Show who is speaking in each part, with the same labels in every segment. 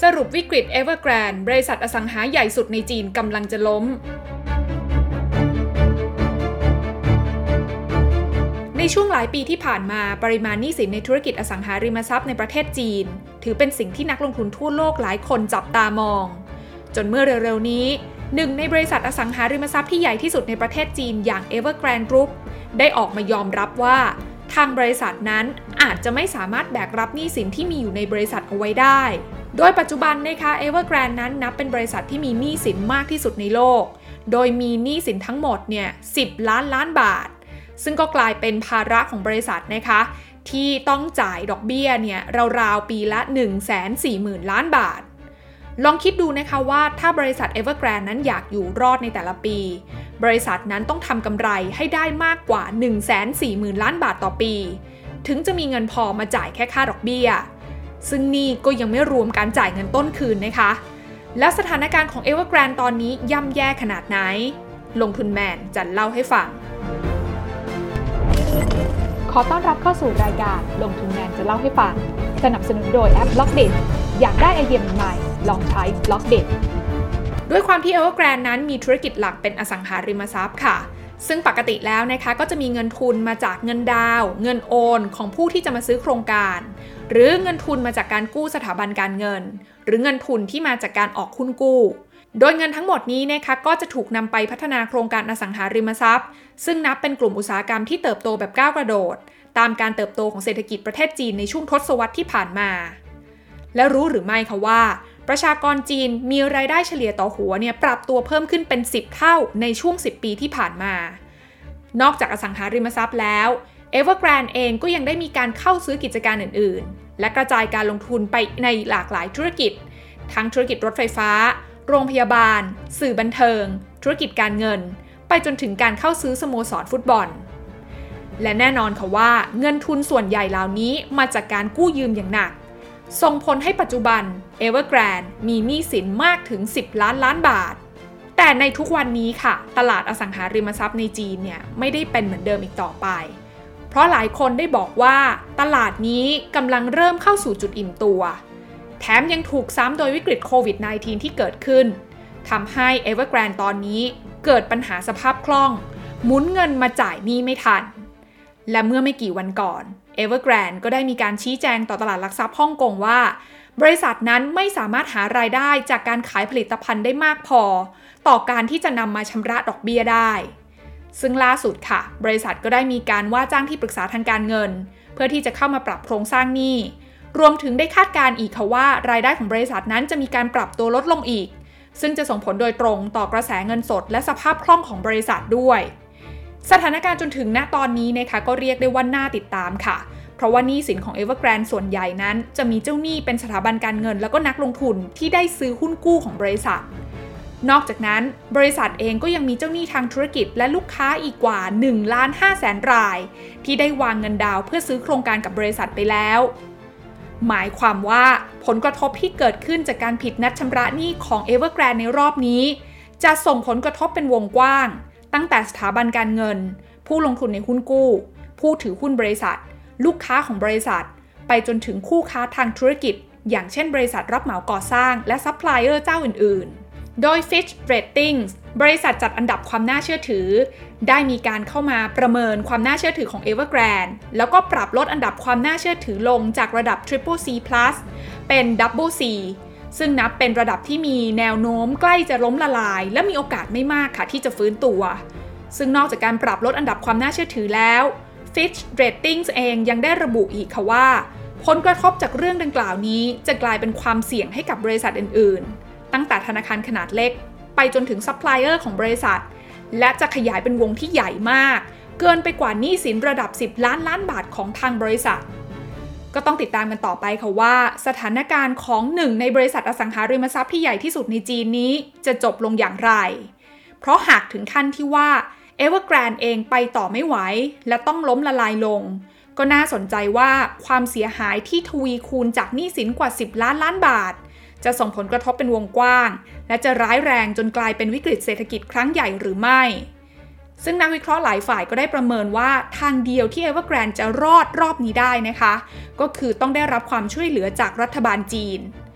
Speaker 1: สรุปวิกฤต Evergrande บริษัทอสังหาใหญ่สุดในจีนกำลังจะล้มในช่วงหลายปีที่ผ่านมาปริมาณหนี้สินในธุรกิจอสังหาริมทรัพย์ในประเทศจีนถือเป็นสิ่งที่นักลงทุนทั่วโลกหลายคนจับตามองจนเมื่อเร็วๆนี้หนึ่งในบริษัทอสังหาริมทรัพย์ที่ใหญ่ที่สุดในประเทศจีนอย่าง Evergrande Group ได้ออกมายอมรับว่าทางบริษัทนั้นอาจจะไม่สามารถแบกรับหนี้สินที่มีอยู่ในบริษัทเอาไว้ได้โดยปัจจุบันนะคะ Evergrande นั้นนับเป็นบริษัทที่มีหนี้สินมากที่สุดในโลกโดยมีหนี้สินทั้งหมดเนี่ย10 ล้านล้านบาทซึ่งก็กลายเป็นภาระของบริษัทนะคะที่ต้องจ่ายดอกเบี้ยเนี่ยราวๆปีละ 140,000 ล้านบาทลองคิดดูนะคะว่าถ้าบริษัท Evergrande นั้นอยากอยู่รอดในแต่ละปีบริษัทนั้นต้องทำกำไรให้ได้มากกว่า 140,000 ล้านบาทต่อปีถึงจะมีเงินพอมาจ่ายแค่ค่าดอกเบี้ยซึ่งนี่ก็ยังไม่รวมการจ่ายเงินต้นคืนนะคะแล้วสถานการณ์ของ Evergrande ตอนนี้ย่ำแย่ขนาดไหนลงทุนแมนจะเล่าให้ฟังขอต้อนรับเข้าสู่รายการลงทุนแมนจะเล่าให้ฟังสนับสนุนโดยแอป Blockdit อยากได้ไอเดียใหม่ๆลองใช้ Blockdit ด้วยความที่ Evergrande นั้นมีธุรกิจหลักเป็นอสังหาริมทรัพย์ค่ะซึ่งปกติแล้วนะคะก็จะมีเงินทุนมาจากเงินดาวเงินโอนของผู้ที่จะมาซื้อโครงการหรือเงินทุนมาจากการกู้สถาบันการเงินหรือเงินทุนที่มาจากการออกหุ้นกู้โดยเงินทั้งหมดนี้นะคะก็จะถูกนำไปพัฒนาโครงการอสังหาริมทรัพย์ซึ่งนับเป็นกลุ่มอุตสาหกรรมที่เติบโตแบบก้าวกระโดดตามการเติบโตของเศรษฐกิจประเทศจีนในช่วงทศวรรษที่ผ่านมาและรู้หรือไม่คะว่าประชากรจีนมีรายได้เฉลี่ยต่อหัวเนี่ยปรับตัวเพิ่มขึ้นเป็น10 เท่าในช่วง10 ปีที่ผ่านมานอกจากอสังหาริมทรัพย์แล้ว Evergrande เองก็ยังได้มีการเข้าซื้อกิจการอื่นๆและกระจายการลงทุนไปในหลากหลายธุรกิจทั้งธุรกิจรถไฟฟ้าโรงพยาบาลสื่อบันเทิงธุรกิจการเงินไปจนถึงการเข้าซื้อสโมสรฟุตบอลและแน่นอนค่ะว่าเงินทุนส่วนใหญ่เหล่านี้มาจากการกู้ยืมอย่างหนักส่งผลให้ปัจจุบัน Evergrande มีหนี้สินมากถึง10 ล้านล้านบาทแต่ในทุกวันนี้ค่ะตลาดอสังหาริมทรัพย์ในจีนเนี่ยไม่ได้เป็นเหมือนเดิมอีกต่อไปเพราะหลายคนได้บอกว่าตลาดนี้กำลังเริ่มเข้าสู่จุดอิ่มตัวแถมยังถูกซ้ำโดยวิกฤตโควิด -19 ที่เกิดขึ้นทำให้ Evergrande ตอนนี้เกิดปัญหาสภาพคล่องหมุนเงินมาจ่ายหนี้ไม่ทันและเมื่อไม่กี่วันก่อน Evergrande ก็ได้มีการชี้แจงต่อตลาดหลักทรัพย์ฮ่องกงว่าบริษัทนั้นไม่สามารถหารายได้จากการขายผลิตภัณฑ์ได้มากพอต่อการที่จะนำมาชำระดอกเบี้ยได้ซึ่งล่าสุดค่ะบริษัทก็ได้มีการว่าจ้างที่ปรึกษาทางการเงินเพื่อที่จะเข้ามาปรับโครงสร้างหนี้รวมถึงได้คาดการณ์อีกค่ะว่ารายได้ของบริษัทนั้นจะมีการปรับตัวลดลงอีกซึ่งจะส่งผลโดยตรงต่อกระแสเงินสดและสภาพคล่องของบริษัทด้วยสถานการณ์จนถึงณตอนนี้นะคะก็เรียกได้ว่าน่าติดตามค่ะเพราะว่าหนี้สินของ Evergrande ส่วนใหญ่นั้นจะมีเจ้าหนี้เป็นสถาบันการเงินแล้วก็นักลงทุนที่ได้ซื้อหุ้นกู้ของบริษัทนอกจากนั้นบริษัทเองก็ยังมีเจ้าหนี้ทางธุรกิจและลูกค้าอีกกว่า 1,500,000 รายที่ได้วางเงินดาวเพื่อซื้อโครงการกับบริษัทไปแล้วหมายความว่าผลกระทบที่เกิดขึ้นจากการผิดนัดชำระหนี้ของ Evergrande ในรอบนี้จะส่งผลกระทบเป็นวงกว้างตั้งแต่สถาบันการเงินผู้ลงทุนในหุ้นกู้ผู้ถือหุ้นบริษัทลูกค้าของบริษัทไปจนถึงคู่ค้าทางธุรกิจอย่างเช่นบริษัทรับเหมาก่อสร้างและซัพพลายเออร์เจ้าอื่นๆโดย Fitch Ratings บริษัทจัดอันดับความน่าเชื่อถือได้มีการเข้ามาประเมินความน่าเชื่อถือของ Evergrande แล้วก็ปรับลดอันดับความน่าเชื่อถือลงจากระดับ Triple C+ เป็น Double C ซึ่งนับเป็นระดับที่มีแนวโน้มใกล้จะล้มละลายและมีโอกาสไม่มากค่ะที่จะฟื้นตัวซึ่งนอกจากการปรับลดอันดับความน่าเชื่อถือแล้ว Fitch Ratings เองยังได้ระบุอีกค่ะว่าผลกระทบจากเรื่องดังกล่าวนี้จะกลายเป็นความเสี่ยงให้กับบริษัทอื่นๆตั้งแต่ธนาคารขนาดเล็กไปจนถึงซัพพลายเออร์ของบริษัทและจะขยายเป็นวงที่ใหญ่มากเกินไปกว่าหนี้สินระดับ10 ล้านล้านบาทของทางบริษัทก็ต้องติดตามกันต่อไปค่ะว่าสถานการณ์ของหนึ่งในบริษัทอสังหาริมทรัพย์ที่ใหญ่ที่สุดในจีนนี้จะจบลงอย่างไรเพราะหากถึงขั้นที่ว่า Evergrande เองไปต่อไม่ไหวและต้องล้มละลายลงก็น่าสนใจว่าความเสียหายที่ทวีคูณจากหนี้สินกว่า10 ล้านล้านบาทจะส่งผลกระทบเป็นวงกว้างและจะร้ายแรงจนกลายเป็นวิกฤตเศรษฐกิจครั้งใหญ่หรือไม่ซึ่งนักวิเคราะห์หลายฝ่ายก็ได้ประเมินว่าทางเดียวที่ Evergrande จะรอดรอบนี้ได้นะคะก็คือต้องได้รับความช่วยเหลือจากรัฐบาลจีน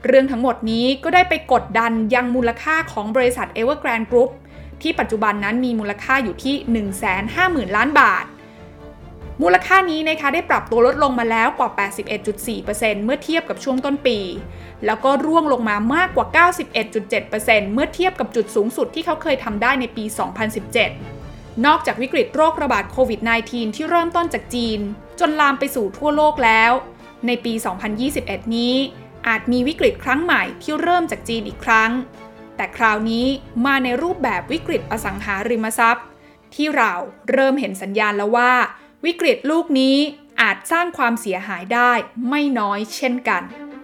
Speaker 1: เรื่องทั้งหมดนี้ก็ได้ไปกดดันยังมูลค่าของบริษัท Evergrande Group ที่ปัจจุบันนั้นมีมูลค่าอยู่ที่ 150,000 ล้านบาทมูลค่านี้นะคะได้ปรับตัวลดลงมาแล้วกว่า 81.4% เมื่อเทียบกับช่วงต้นปีแล้วก็ร่วงลงมามากกว่า 91.7% เมื่อเทียบกับจุดสูงสุดที่เขาเคยทำได้ในปี 2017 นอกจากวิกฤตโรคระบาดโควิด -19 ที่เริ่มต้นจากจีนจนลามไปสู่ทั่วโลกแล้วในปี 2021 นี้อาจมีวิกฤตครั้งใหม่ที่เริ่มจากจีนอีกครั้งแต่คราวนี้มาในรูปแบบวิกฤตอสังหาริมทรัพย์ที่เราเริ่มเห็นสัญญาณแล้วว่าวิกฤตลูกนี้อาจสร้างความเสียหายได้ไม่น้อยเช่นกัน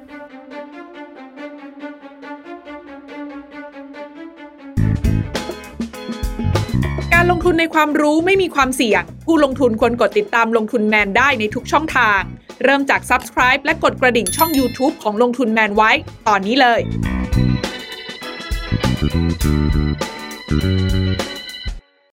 Speaker 1: การลงทุนในความรู้ไม่มีความเสี่ยงผู้ลงทุนควรกดติดตามลงทุนแมนได้ในทุกช่องทางเริ่มจาก Subscribe และกดกระดิ่งช่อง YouTube ของลงทุนแมนไว้ตอนนี้เลย